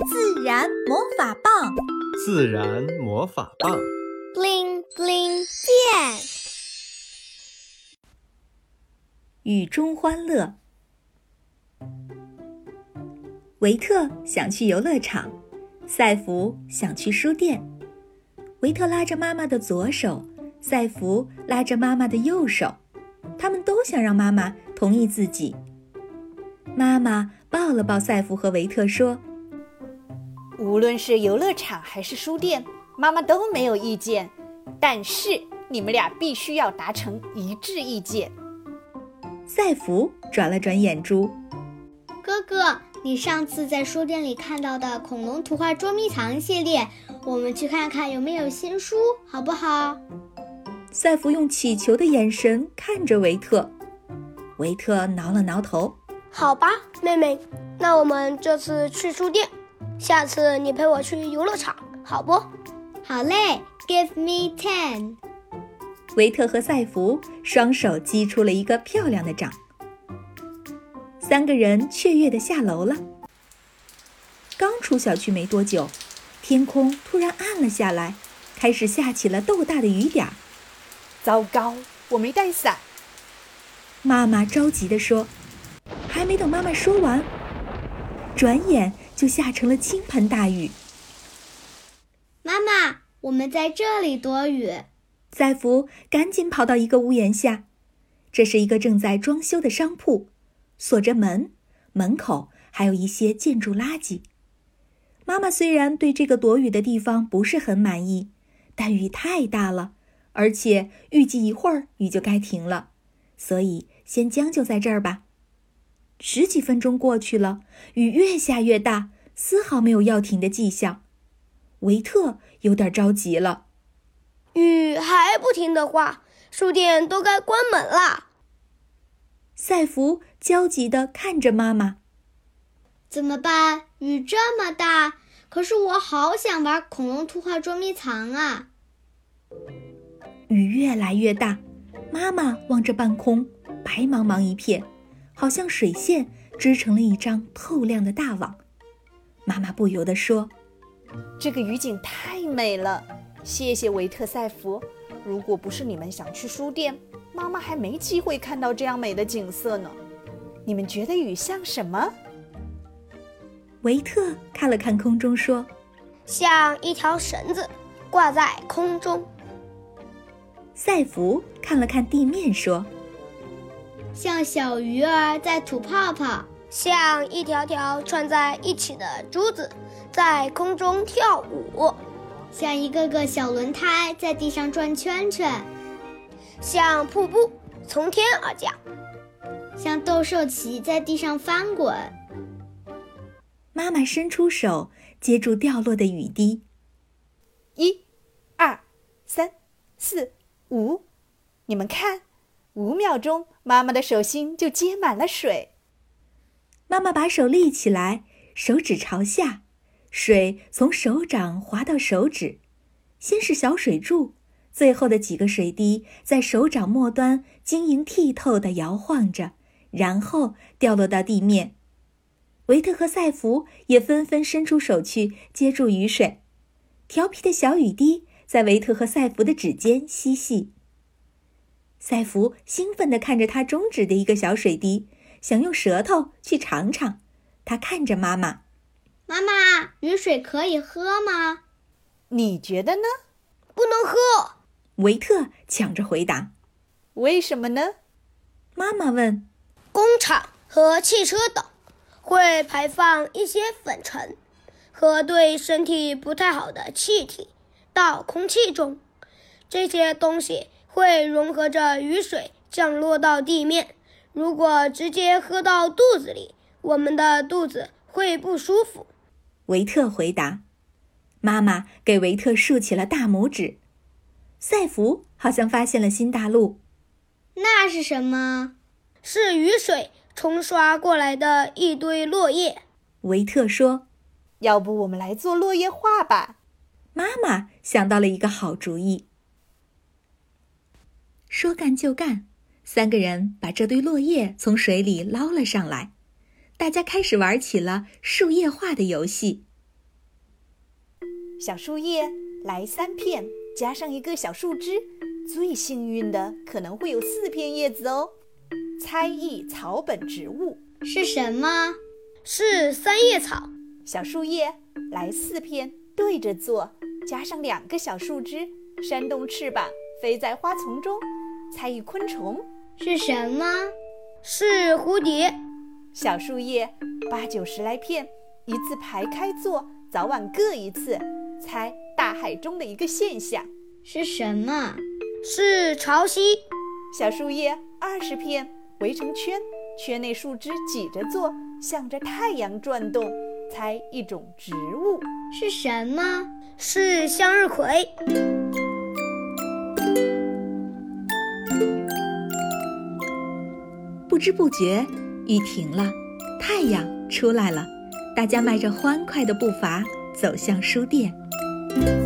自然魔法棒， 自然魔法棒 ，bling bling 变。 雨中欢乐。维特想去游乐场，赛弗想去书店。维特拉着妈妈的左手，赛弗拉着妈妈的右手，他们都想让妈妈同意自己。妈妈抱了抱赛弗和维特说， 无论是游乐场还是书店，妈妈都没有意见，但是你们俩必须要达成一致意见。 赛弗转了转眼珠， 哥哥，你上次在书店里看到的恐龙图画捉迷藏系列，我们去看看有没有新书，好不好？ 赛弗用乞求的眼神看着维特，维特挠了挠头。 好吧，妹妹，那我们这次去书店，下次你陪我去游乐场，好不？ 好嘞 ，Give me 10。 维特和赛弗双手击出了一个漂亮的掌。三个人雀跃地下楼了。刚出小区没多久，天空突然暗了下来，开始下起了豆大的雨点。 糟糕，我没带伞。 妈妈着急地说。还没等妈妈说完，转眼就下成了倾盆大雨。 妈妈，我们在这里躲雨。 赛弗赶紧跑到一个屋檐下，这是一个正在装修的商铺，锁着门，门口还有一些建筑垃圾。妈妈虽然对这个躲雨的地方不是很满意，但雨太大了，而且预计一会儿雨就该停了，所以先将就在这儿吧。10几分钟过去了，雨越下越大，丝毫没有要停的迹象。维特有点着急了。 雨还不停的话，书店都该关门啦。 赛弗焦急地看着妈妈。 怎么办？雨这么大，可是我好想玩恐龙图画捉迷藏啊！ 雨越来越大，妈妈望着半空，白茫茫一片，好像水线织成了一张透亮的大网。妈妈不由地说， 这个雨景太美了，谢谢维特赛弗，如果不是你们想去书店，妈妈还没机会看到这样美的景色呢。你们觉得雨像什么？ 维特看了看空中说， 像一条绳子挂在空中。 赛弗看了看地面说， 像小鱼儿在吐泡泡， 像一条条串在一起的珠子在空中跳舞， 像一个个小轮胎在地上转圈圈， 像瀑布从天而降， 像斗兽棋在地上翻滚。 妈妈伸出手接住掉落的雨滴。 1、2、3、4、5，你们看，5秒钟，妈妈的手心就接满了水。 妈妈把手立起来，手指朝下，水从手掌滑到手指，先是小水柱，最后的几个水滴在手掌末端晶莹剔透地摇晃着，然后掉落到地面。维特和赛弗也纷纷伸出手去接住雨水，调皮的小雨滴在维特和赛弗的指尖嬉戏。赛弗兴奋地看着他中指的一个小水滴，想用舌头去尝尝。他看着妈妈， 妈妈，雨水可以喝吗？ 你觉得呢？ 不能喝。 维特抢着回答。 为什么呢？ 妈妈问。 工厂和汽车等会排放一些粉尘和对身体不太好的气体到空气中，这些东西会融合着雨水降落到地面，如果直接喝到肚子里，我们的肚子会不舒服。 维特回答。妈妈给维特竖起了大拇指。赛弗好像发现了新大陆。 那是什么？ 是雨水冲刷过来的一堆落叶。 维特说， 要不我们来做落叶画吧。 妈妈想到了一个好主意。说干就干，三个人把这堆落叶从水里捞了上来，大家开始玩起了树叶画的游戏。 小树叶来3片，加上一个小树枝，最幸运的可能会有4片叶子哦。猜一草本植物是什么？ 是三叶草。 小树叶来4片，对着做，加上2个小树枝，扇动翅膀飞在花丛中。猜一昆虫是什么？ 是蝴蝶。 小树叶8、9、10来片，一字排开做，早晚各一次。猜大海中的一个现象是什么？ 是潮汐。 小树叶20片，围成圈，圈内树枝挤着做，向着太阳转动。猜一种植物是什么？ 是向日葵。 不知不觉，雨停了，太阳出来了，大家迈着欢快的步伐走向书店。